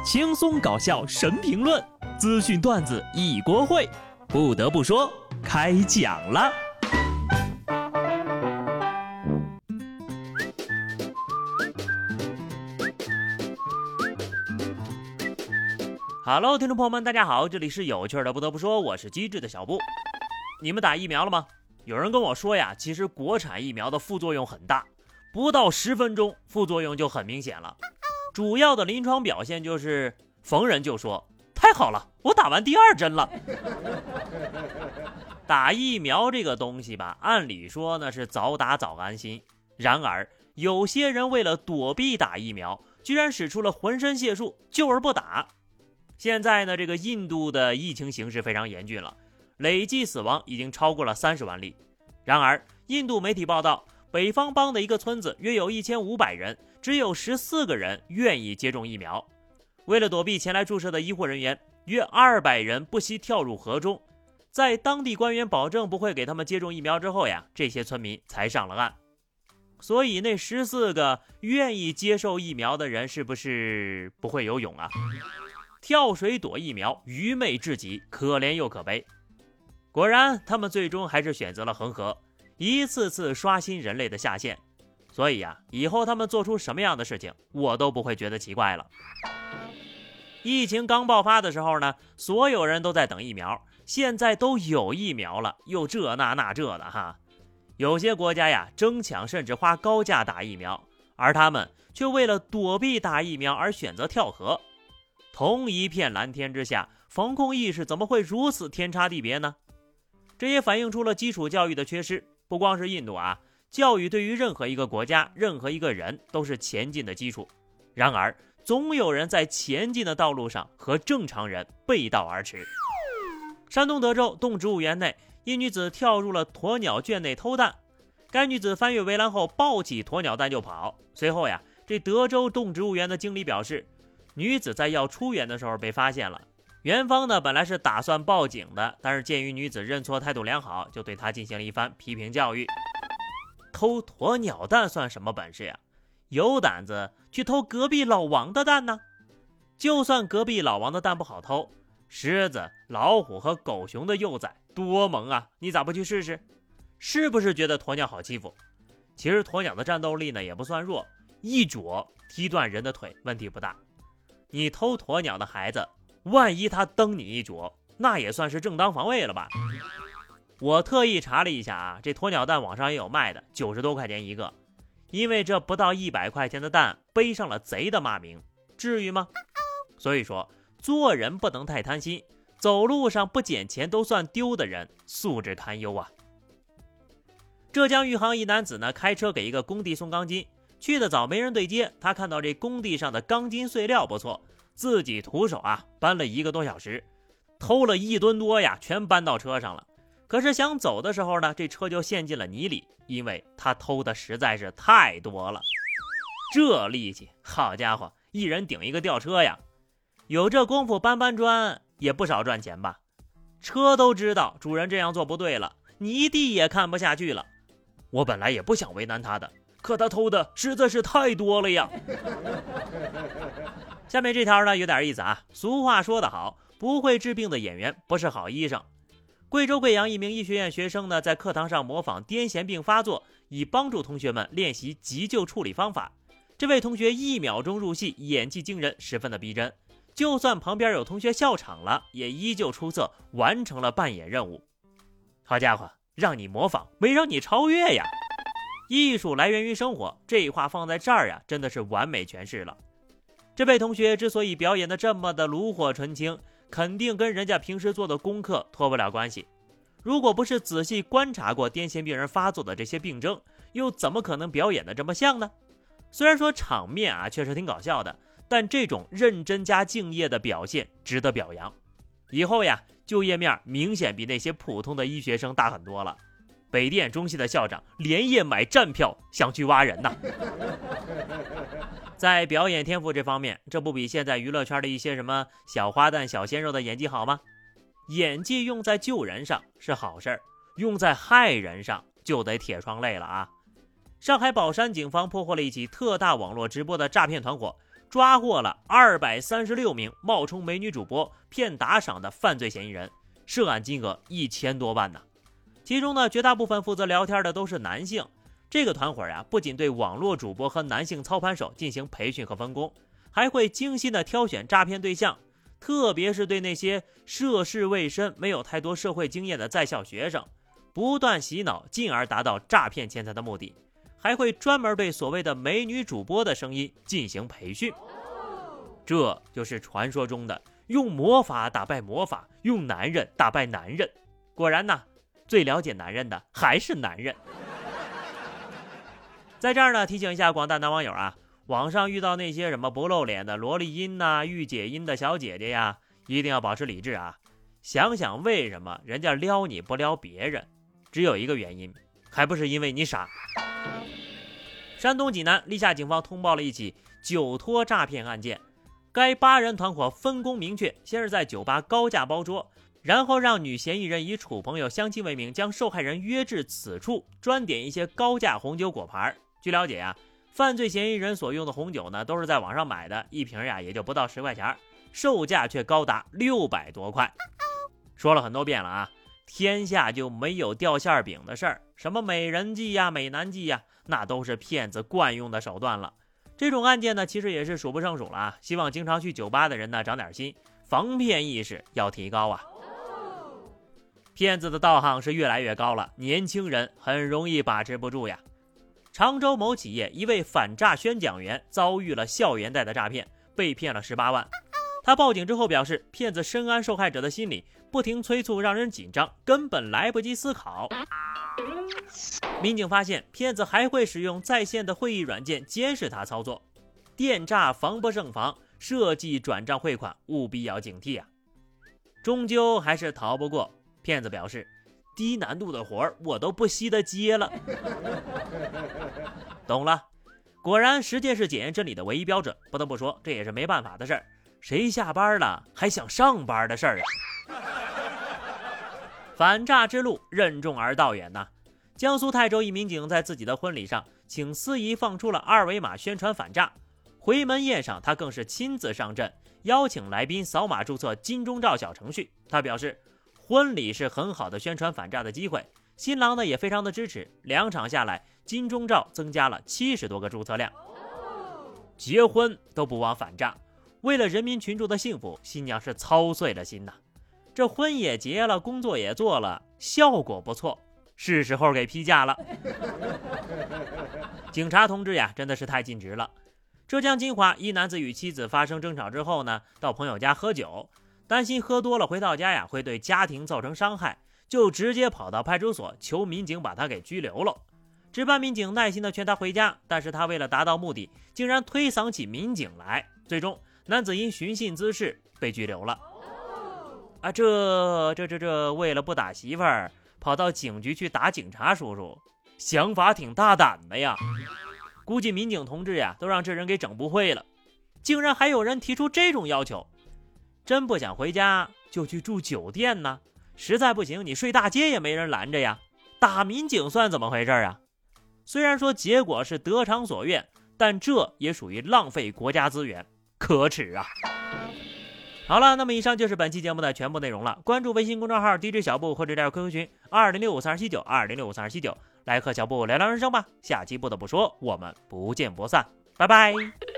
轻松搞笑神评论，资讯段子一锅烩。不得不说，开讲了。Hello， 听众朋友们，大家好，这里是有趣的。不得不说，我是机智的小布。你们打疫苗了吗？有人跟我说呀，其实国产疫苗的副作用很大，不到10分钟，副作用就很明显了。主要的临床表现就是逢人就说：“太好了，我打完第2针了。”打疫苗这个东西吧，按理说呢是早打早安心，然而有些人为了躲避打疫苗，居然使出了浑身解数，救而不打。现在呢，这个印度的疫情形势非常严峻了，累计死亡已经超过了30万例。然而，印度媒体报道，北方邦的一个村子约有1500人，只有14个人愿意接种疫苗。为了躲避前来注射的医护人员，约200人不惜跳入河中。在当地官员保证不会给他们接种疫苗之后呀，这些村民才上了岸。所以那14个愿意接受疫苗的人是不是不会游泳啊？跳水躲疫苗，愚昧至极，可怜又可悲。果然他们最终还是选择了恒河，一次次刷新人类的下限。所以呀，以后他们做出什么样的事情，我都不会觉得奇怪了。疫情刚爆发的时候呢，所有人都在等疫苗，现在都有疫苗了，又这那这的哈。有些国家呀争抢，甚至花高价打疫苗，而他们却为了躲避打疫苗而选择跳河。同一片蓝天之下，防控意识怎么会如此天差地别呢？这也反映出了基础教育的缺失。不光是印度啊，教育对于任何一个国家、任何一个人都是前进的基础。然而，总有人在前进的道路上和正常人背道而驰。山东德州动植物园内，一女子跳入了鸵鸟圈内偷蛋。该女子翻越围栏后抱起鸵鸟蛋就跑。随后呀，这德州动植物园的经理表示，女子在要出园的时候被发现了。园方呢本来是打算报警的，但是鉴于女子认错态度良好，就对她进行了一番批评教育。偷鸵鸟蛋算什么本事呀？有胆子去偷隔壁老王的蛋呢？就算隔壁老王的蛋不好偷，狮子、老虎和狗熊的幼崽多萌啊，你咋不去试试？是不是觉得鸵鸟好欺负？其实鸵鸟的战斗力呢也不算弱，一啄踢断人的腿问题不大。你偷鸵鸟的孩子，万一他蹬你一啄，那也算是正当防卫了吧？我特意查了一下啊，这鸵鸟蛋网上也有卖的，90多块钱一个。因为这不到100块钱的蛋背上了贼的骂名，至于吗？所以说做人不能太贪心，走路上不捡钱都算丢的人，素质堪忧啊。浙江余杭一男子呢，开车给一个工地送钢筋，去的早没人对接，他看到这工地上的钢筋碎料不错，自己徒手啊搬了1个多小时，偷了1吨多呀，全搬到车上了。可是想走的时候呢，这车就陷进了泥里，因为他偷的实在是太多了。这力气，好家伙，一人顶一个吊车呀！有这功夫搬砖，也不少赚钱吧？车都知道主人这样做不对了，泥地也看不下去了。我本来也不想为难他的，可他偷的实在是太多了呀。下面这条呢有点意思啊。俗话说得好，不会治病的演员不是好医生。贵州贵阳一名医学院学生呢，在课堂上模仿癫痫病发作，以帮助同学们练习急救处理方法。这位同学1秒钟入戏，演技惊人，十分的逼真。就算旁边有同学笑场了，也依旧出色，完成了扮演任务。好家伙，让你模仿，没让你超越呀！艺术来源于生活，这话放在这儿呀，真的是完美诠释了。这位同学之所以表演的这么的炉火纯青，肯定跟人家平时做的功课脱不了关系。如果不是仔细观察过癫痫病人发作的这些病症，又怎么可能表演的这么像呢？虽然说场面啊确实挺搞笑的，但这种认真加敬业的表现值得表扬。以后呀，就业面明显比那些普通的医学生大很多了。北电中戏的校长连夜买站票想去挖人呐。在表演天赋这方面，这不比现在娱乐圈的一些什么小花旦小鲜肉的演技好吗？演技用在救人上是好事儿，用在害人上就得铁窗泪了啊。上海宝山警方破获了一起特大网络直播的诈骗团伙， 抓获了236名冒充美女主播骗打赏的犯罪嫌疑人，涉案金额1000多万呢。其中呢，绝大部分负责聊天的都是男性。这个团伙不仅对网络主播和男性操盘手进行培训和分工，还会精心的挑选诈骗对象，特别是对那些涉世未深、没有太多社会经验的在校学生，不断洗脑，进而达到诈骗钱财的目的。还会专门对所谓的美女主播的声音进行培训。这就是传说中的用魔法打败魔法，用男人打败男人。果然呢，最了解男人的还是男人。在这儿呢，提醒一下广大男网友网上遇到那些什么不露脸的萝莉音御姐音的小姐姐呀，一定要保持理智想想为什么人家撩你不撩别人，只有一个原因，还不是因为你傻。山东济南历下警方通报了一起酒托诈骗案件，该8人团伙分工明确，先是在酒吧高价包桌，然后让女嫌疑人以处朋友相亲为名，将受害人约至此处，专点一些高价红酒果盘。据了解犯罪嫌疑人所用的红酒呢，都是在网上买的，一瓶也就不到10块钱，售价却高达600多块。说了很多遍了天下就没有掉馅饼的事儿，什么美人计美男计那都是骗子惯用的手段了。这种案件呢，其实也是数不胜数了希望经常去酒吧的人呢，长点心，防骗意识要提高骗子的道行是越来越高了，年轻人很容易把持不住常州某企业一位反诈宣讲员遭遇了校园贷的诈骗，被骗了18万。他报警之后表示，骗子深谙受害者的心理，不停催促让人紧张，根本来不及思考。民警发现，骗子还会使用在线的会议软件监视他操作。电诈防不胜防，设计转账汇款务必要警惕终究还是逃不过。骗子表示，低难度的活我都不惜的接了。懂了，果然实践是检验真理的唯一标准。不得不说，这也是没办法的事儿，谁下班了还想上班的事儿反诈之路任重而道远江苏泰州一民警在自己的婚礼上请司仪放出了2维码宣传反诈，回门宴上他更是亲自上阵，邀请来宾扫码注册金钟罩小程序。他表示，婚礼是很好的宣传反诈的机会，新郎呢也非常的支持，2场下来金钟罩增加了70多个注册量。结婚都不忘反诈，为了人民群众的幸福，新娘是操碎了心这婚也结了，工作也做了，效果不错，是时候给批假了。警察同志真的是太尽职了。浙江金华一男子与妻子发生争吵之后呢，到朋友家喝酒，担心喝多了回到家会对家庭造成伤害，就直接跑到派出所求民警把他给拘留了。值班民警耐心的劝他回家，但是他为了达到目的，竟然推搡起民警来，最终男子因寻衅滋事被拘留了。这为了不打媳妇儿，跑到警局去打警察叔叔，想法挺大胆的呀。估计民警同志都让这人给整不会了，竟然还有人提出这种要求。真不想回家就去住酒店呢，实在不行你睡大街也没人拦着呀。打民警算怎么回事虽然说结果是得偿所愿，但这也属于浪费国家资源，可耻好了，那么以上就是本期节目的全部内容了。关注微信公众号 DJ 小布或者加入 QQ 群20653279 20653279，来和小布聊聊人生吧。下期不得不说，我们不见不散，拜拜。